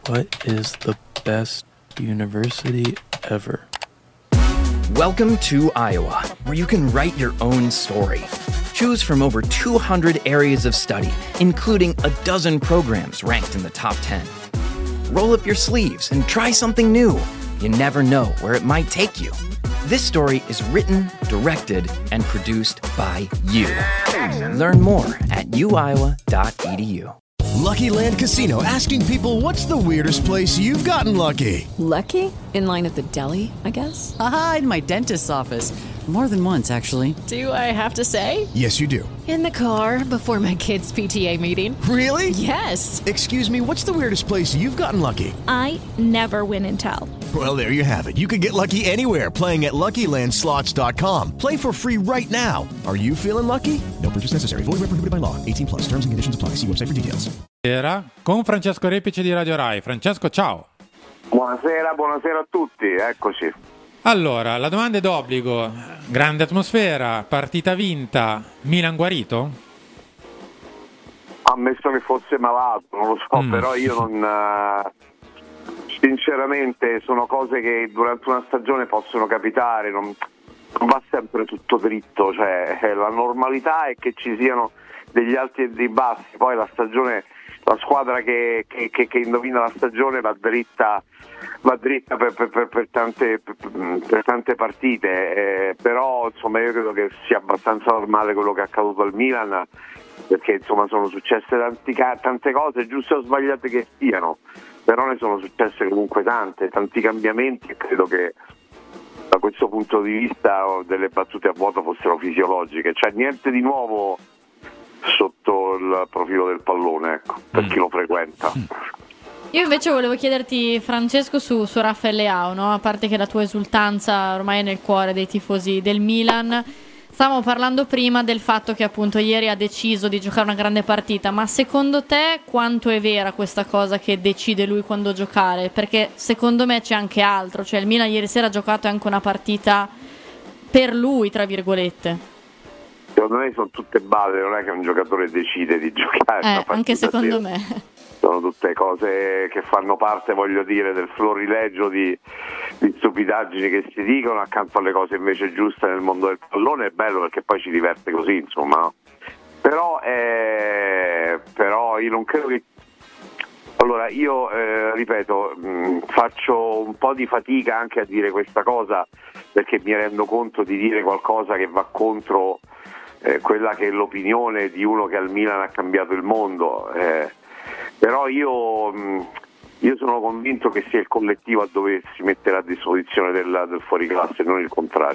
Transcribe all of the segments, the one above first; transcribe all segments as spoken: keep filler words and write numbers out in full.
What is the best university ever? Welcome to Iowa, where you can write your own story. Choose from over two hundred areas of study, including a dozen programs ranked in the top ten. Roll up your sleeves and try something new. You never know where it might take you. This story is written, directed, and produced by you. Learn more at u iowa dot e d u. Lucky Land Casino, asking people, what's the weirdest place you've gotten lucky? Lucky? In line at the deli, I guess? Aha, in my dentist's office. More than once, actually. Do I have to say? Yes, you do. In the car before my kids' P T A meeting. Really? Yes. Excuse me, what's the weirdest place you've gotten lucky? I never win and tell. Well, there you have it. You can get lucky anywhere, playing at lucky land slots dot com. Play for free right now. Are you feeling lucky? No purchase necessary. Void where prohibited by law. eighteen plus. Terms and conditions apply. See website for details. Era con Francesco Repice di Radio Rai. Francesco, ciao. Buonasera, buonasera a tutti, eccoci. Allora, la domanda è d'obbligo. Grande atmosfera, partita vinta, Milan guarito? Ammesso che fosse malato, non lo so, mm. però io non... Sinceramente sono cose che durante una stagione possono capitare, non, non va sempre tutto dritto, cioè la normalità è che ci siano degli alti e dei bassi, poi la stagione, la squadra che, che, che, che indovina la stagione va dritta, va dritta per, per, per, per, tante, per, per tante partite, eh, però insomma io credo che sia abbastanza normale quello che è accaduto al Milan, perché insomma sono successe tanti, tante cose, giuste o sbagliate che siano, però ne sono successe comunque tante, tanti cambiamenti, e credo che da questo punto di vista delle battute a vuoto fossero fisiologiche, cioè niente di nuovo sotto il profilo del pallone, ecco, per mm. chi lo frequenta. Io invece volevo chiederti, Francesco, su, su Rafael Leao, no? A parte che la tua esultanza ormai è nel cuore dei tifosi del Milan. Stavamo parlando prima del fatto che appunto ieri ha deciso di giocare una grande partita, ma secondo te quanto è vera questa cosa che decide lui quando giocare? Perché secondo me c'è anche altro, cioè il Milan ieri sera ha giocato anche una partita per lui, tra virgolette. Secondo me sono tutte balle, non è che un giocatore decide di giocare. Eh, anche secondo io. me. Sono tutte cose che fanno parte, voglio dire, del florilegio di, di stupidaggini che si dicono accanto alle cose invece giuste nel mondo del pallone. È bello perché poi ci diverte così, insomma, no? Però, eh, però io non credo che... Allora, io eh, ripeto, mh, faccio un po' di fatica anche a dire questa cosa, perché mi rendo conto di dire qualcosa che va contro eh, quella che è l'opinione di uno che al Milan ha cambiato il mondo. Eh, però io, mh, io sono convinto che sia il collettivo a doversi mettere a disposizione del, del fuoriclasse, non il contrario,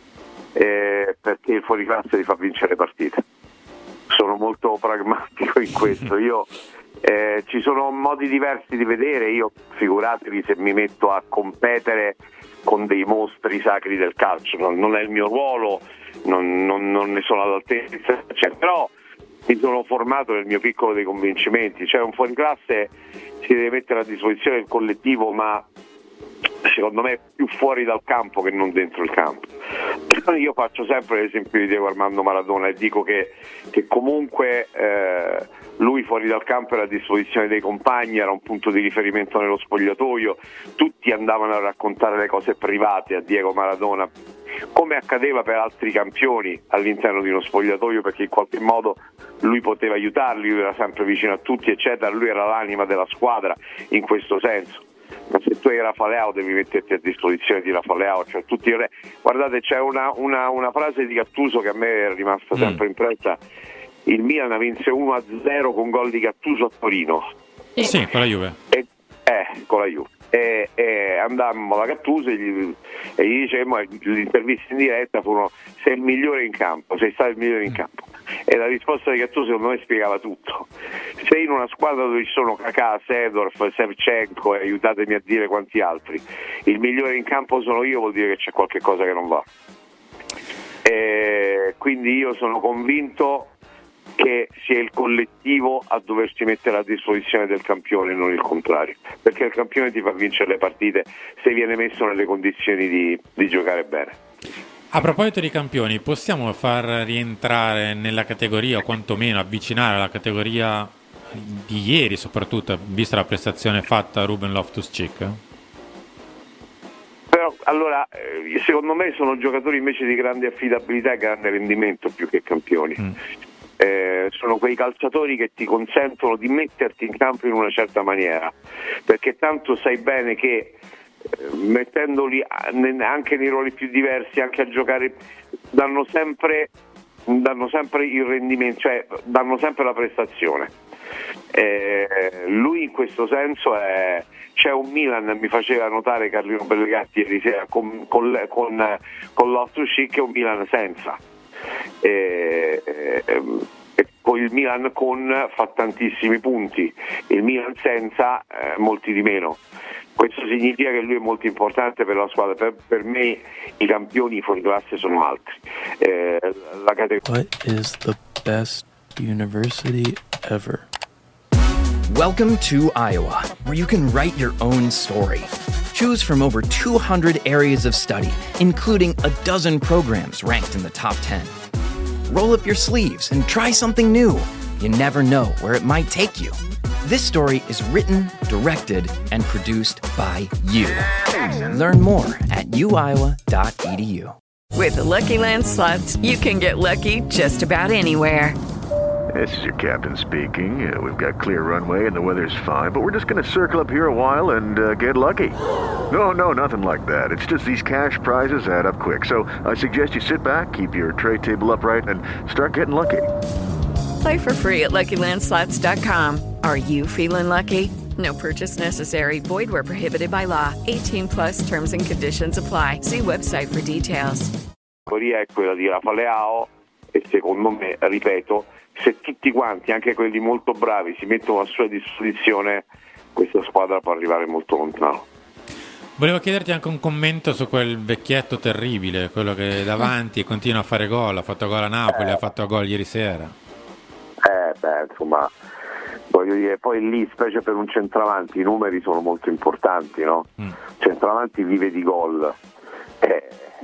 eh, perché il fuoriclasse ti fa vincere le partite. Sono molto pragmatico in questo. Io eh, ci sono modi diversi di vedere, io figuratevi se mi metto a competere con dei mostri sacri del calcio, non, non è il mio ruolo, non, non, non ne sono all'altezza, cioè, però mi sono formato nel mio piccolo dei convincimenti, cioè un fuoriclasse si deve mettere a disposizione del collettivo, ma secondo me più fuori dal campo che non dentro il campo. Io faccio sempre l'esempio di Diego Armando Maradona e dico che, che comunque eh, lui fuori dal campo era a disposizione dei compagni, era un punto di riferimento nello spogliatoio, tutti andavano a raccontare le cose private a Diego Maradona, come accadeva per altri campioni all'interno di uno spogliatoio, perché in qualche modo lui poteva aiutarli, lui era sempre vicino a tutti eccetera, lui era l'anima della squadra in questo senso. Ma se tu hai Rafa Leao devi metterti a disposizione di Rafa Leao, cioè tutti i re... Guardate, c'è una, una, una frase di Gattuso che a me è rimasta sempre mm. impressa: il Milan vinse uno a zero con gol di Gattuso a Torino. Sì, sì, con la Juve. E, eh, con la Juve. E, e andammo da Gattuso e gli, e gli dicemmo, le interviste in diretta furono: sei il migliore in campo, sei stato il migliore in campo. E la risposta di Gattuso secondo me spiegava tutto. Sei in una squadra dove ci sono Kakà, Seedorf, Shevchenko e aiutatemi a dire quanti altri, il migliore in campo sono io, vuol dire che c'è qualche cosa che non va. E quindi io sono convinto che sia il collettivo a doversi mettere a disposizione del campione, non il contrario, perché il campione ti fa vincere le partite se viene messo nelle condizioni di, di giocare bene. A proposito di campioni, possiamo far rientrare nella categoria, o quantomeno avvicinare alla categoria di ieri soprattutto, vista la prestazione fatta a Ruben Loftus-Cheek? Però allora secondo me sono giocatori invece di grande affidabilità e grande rendimento più che campioni. Mm. Eh, sono quei calciatori che ti consentono di metterti in campo in una certa maniera, perché tanto sai bene che eh, mettendoli anche nei ruoli più diversi, anche a giocare, danno sempre danno sempre il rendimento, cioè danno sempre la prestazione. Eh, lui in questo senso è, c'è un Milan, mi faceva notare Carlino Pellegatti ieri sera con, con, con, con Loftus-Cheek, e un Milan senza. Eh, eh, eh, poi il Milan con fa tantissimi punti, il Milan senza eh, molti di meno. Questo significa che lui è molto importante per la squadra. Per, per me i campioni fuori classe sono altri. Eh, la categoria. What is the best university ever? Welcome to Iowa, where you can write your own story. Choose from over two hundred areas of study, including a dozen programs ranked in the top ten. Roll up your sleeves and try something new. You never know where it might take you. This story is written, directed, and produced by you. Learn more at u iowa dot e d u. With the Lucky Land Slots, you can get lucky just about anywhere. This is your captain speaking. Uh, we've got clear runway and the weather's fine, but we're just going to circle up here a while and uh, get lucky. No, no, nothing like that. It's just these cash prizes add up quick. So I suggest you sit back, keep your tray table upright, and start getting lucky. Play for free at lucky land slots dot com. Are you feeling lucky? No purchase necessary. Void where prohibited by law. eighteen plus terms and conditions apply. See website for details. La teoria è quella di Rafa Leao e secondo me, ripeto, se tutti quanti, anche quelli molto bravi, si mettono a sua disposizione, questa squadra può arrivare molto lontano. Volevo chiederti anche un commento su quel vecchietto terribile, quello che è davanti e continua a fare gol, ha fatto gol a Napoli, eh. ha fatto gol ieri sera. Eh beh, insomma, voglio dire, poi lì, specie per un centravanti, i numeri sono molto importanti, no? Mm. Centravanti vive di gol. Eh,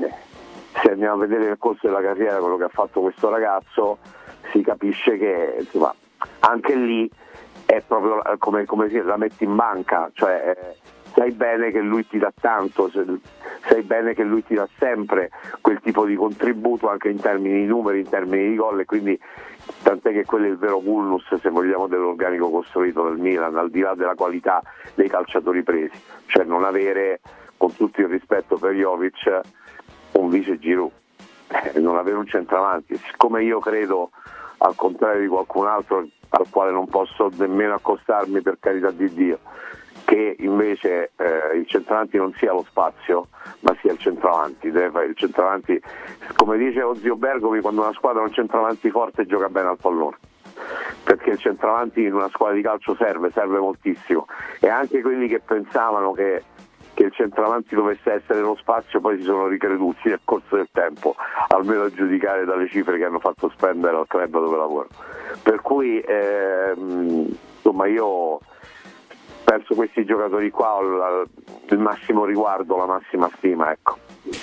se andiamo a vedere nel corso della carriera quello che ha fatto questo ragazzo, si capisce che insomma anche lì è proprio come, come si la metti in banca, cioè eh, sai bene che lui ti dà tanto, sai bene che lui ti dà sempre quel tipo di contributo anche in termini di numeri, in termini di gol, e quindi tant'è che quello è il vero vulnus, se vogliamo, dell'organico costruito del Milan, al di là della qualità dei calciatori presi, cioè non avere, con tutto il rispetto per Jovic, un vice Giroud, eh, non avere un centravanti. Siccome io credo, al contrario di qualcun altro al quale non posso nemmeno accostarmi, per carità di Dio, che invece eh, il centravanti non sia lo spazio ma sia il centravanti, deve fare il centravanti, come dice lo zio Bergomi, quando una squadra ha un centravanti forte gioca bene al pallone, perché il centravanti in una squadra di calcio serve, serve moltissimo, e anche quelli che pensavano che che il centravanti dovesse essere lo spazio poi si sono ricreduti nel corso del tempo, almeno a giudicare dalle cifre che hanno fatto spendere al club dove lavoro. Per cui ehm, insomma io penso questi giocatori qua ho la, il massimo riguardo, la massima stima, ecco.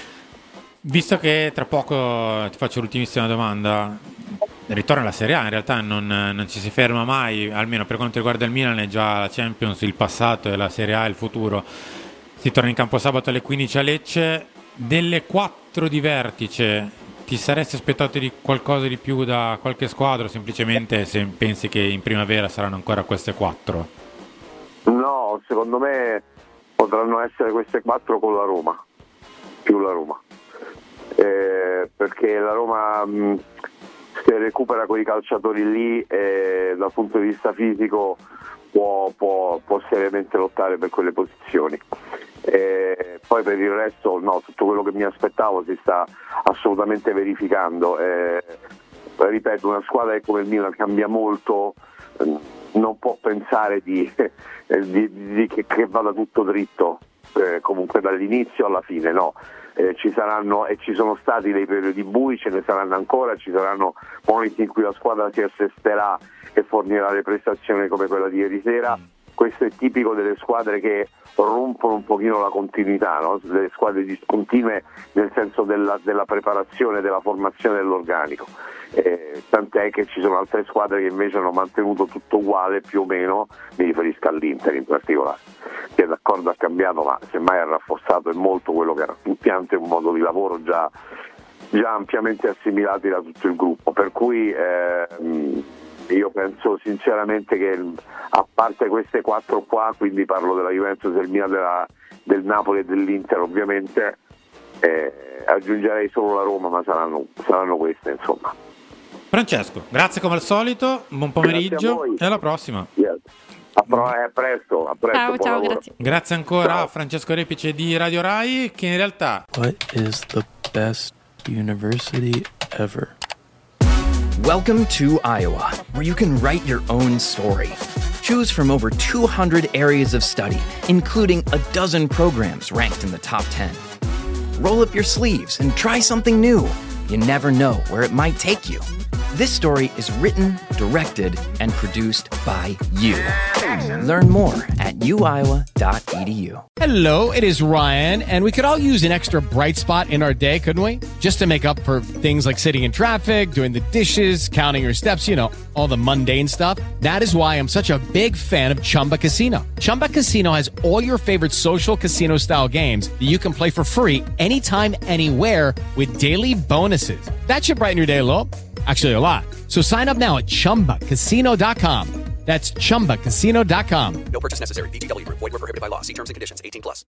Visto che tra poco ti faccio l'ultimissima domanda, ritorna alla Serie A, in realtà non, non ci si ferma mai, almeno per quanto riguarda il Milan è già la Champions il passato e la Serie A il futuro. Si torna in campo sabato alle quindici a Lecce. Delle quattro di vertice, ti saresti aspettato di qualcosa di più da qualche squadra, o semplicemente se pensi che in primavera saranno ancora queste quattro? No, secondo me potranno essere queste quattro con la Roma, più la Roma, eh, perché la Roma mh, se recupera quei calciatori lì, eh, dal punto di vista fisico può, può, può seriamente lottare per quelle posizioni. E poi per il resto no, tutto quello che mi aspettavo si sta assolutamente verificando. E, ripeto, una squadra che come il Milan cambia molto, non può pensare di, di, di che, che vada tutto dritto, eh, comunque dall'inizio alla fine, no. Eh, ci saranno e ci sono stati dei periodi bui, ce ne saranno ancora, ci saranno momenti in cui la squadra si assesterà e fornirà le prestazioni come quella di ieri sera, questo è tipico delle squadre che rompono un pochino la continuità, no? Delle squadre discontinue nel senso della, della preparazione, della formazione dell'organico. Eh, tant'è che ci sono altre squadre che invece hanno mantenuto tutto uguale più o meno, mi riferisco all'Inter in particolare, che d'accordo ha cambiato, ma semmai ha rafforzato e molto quello che era l'impianto e un modo di lavoro già, già ampiamente assimilati da tutto il gruppo, per cui eh, io penso sinceramente che a parte queste quattro qua, quindi parlo della Juventus, del Milan, della, del Napoli e dell'Inter ovviamente, eh, aggiungerei solo la Roma, ma saranno, saranno queste insomma. Francesco, grazie come al solito, buon pomeriggio e alla prossima. Yes. A, pro- a presto, a presto. Ciao, ciao, grazie. Grazie ancora ciao. a Francesco Repice di Radio Rai, che in realtà... What is the best university ever? Welcome to Iowa, where you can write your own story. Choose from over two hundred areas of study, including a dozen programs ranked in the top ten. Roll up your sleeves and try something new. You never know where it might take you. This story is written, directed, and produced by you. Learn more at u iowa dot e d u. Hello, it is Ryan, and we could all use an extra bright spot in our day, couldn't we? Just to make up for things like sitting in traffic, doing the dishes, counting your steps, you know, all the mundane stuff. That is why I'm such a big fan of Chumba Casino. Chumba Casino has all your favorite social casino-style games that you can play for free anytime, anywhere with daily bonuses. That should brighten your day a little. Actually, a lot. So sign up now at chumba casino dot com. That's chumba casino dot com. No purchase necessary. V G W Group. Void where prohibited by law. See terms and conditions. eighteen plus.